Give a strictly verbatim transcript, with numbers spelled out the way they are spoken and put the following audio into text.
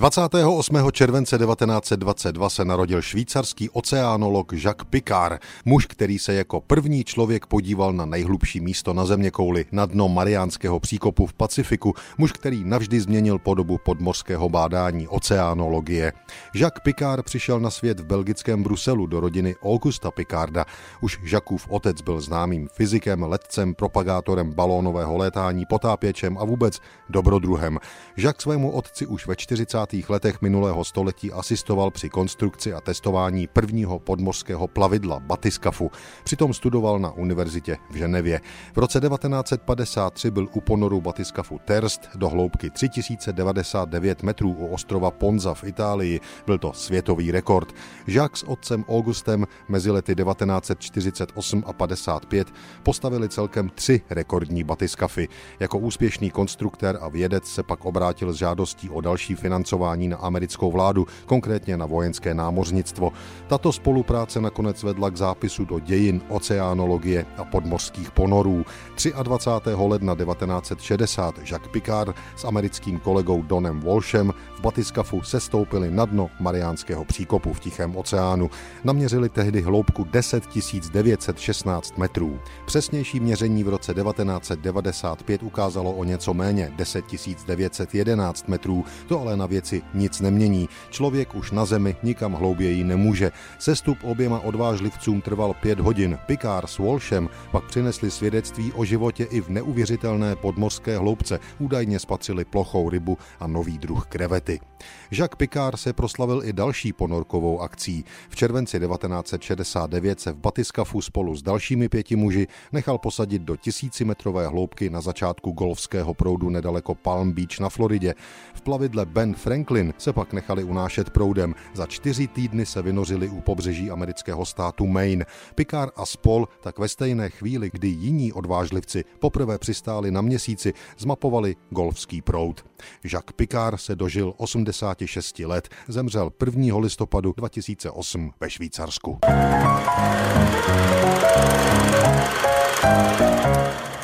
dvacátého osmého července devatenáct set dvacet dva se narodil švýcarský oceánolog Jacques Piccard, muž, který se jako první člověk podíval na nejhlubší místo na zeměkouli, na dno Mariánského příkopu v Pacifiku, muž, který navždy změnil podobu podmořského bádání, oceánologie. Jacques Piccard přišel na svět v belgickém Bruselu do rodiny Augusta Piccarda. Už Jacquesův otec byl známým fyzikem, letcem, propagátorem balónového létání, potápěčem a vůbec dobrodruhem. Jacques svému otci už ve čtyřicátých letech minulého století asistoval při konstrukci a testování prvního podmořského plavidla batyskafu. Přitom studoval na univerzitě v Ženevě. V roce devatenáct set padesát tři byl u ponoru batyskafu Terst do hloubky tři tisíce devadesát devět metrů u ostrova Ponza v Itálii. Byl to světový rekord. Jacques s otcem Augustem mezi lety devatenáct set čtyřicet osm a padesát pět postavili celkem tři rekordní batyskafy. Jako úspěšný konstruktér a vědec se pak obrátil s žádostí o další financování na americkou vládu, konkrétně na vojenské námořnictvo. Tato spolupráce nakonec vedla k zápisu do dějin oceánologie a podmořských ponorů. dvacátého třetího ledna devatenáct set šedesát Jacques Piccard s americkým kolegou Donem Walshem v batyskafu sestoupili na dno Mariánského příkopu v Tichém oceánu. Naměřili tehdy hloubku deset tisíc devět set šestnáct metrů. Přesnější měření v roce devatenáct set devadesát pět ukázalo o něco méně deset tisíc devět set jedenáct metrů. To ale na věci nic nemění. Člověk už na zemi nikam hlouběji nemůže. Sestup oběma odvážlivcům trval pět hodin. Piccard s Walshem pak přinesli svědectví o životě i v neuvěřitelné podmořské hloubce. Údajně spatřili plochou rybu a nový druh krevety. Jacques Piccard se proslavil i další ponorkovou akcí. V červenci devatenáct set šedesát devět se v batyskafu spolu s dalšími pěti muži nechal posadit do tisícimetrové hloubky na začátku golfského proudu nedaleko Palm Beach na Floridě. V plavidle Ben Franklin se pak nechali unášet proudem. Za čtyři týdny se vynořili u pobřeží amerického státu Maine. Piccard a spol tak ve stejné chvíli, kdy jiní odvážlivci poprvé přistáli na Měsíci, zmapovali golfský proud. Jacques Piccard se dožil osmdesáti šesti let, zemřel prvního listopadu dva tisíce osm ve Švýcarsku.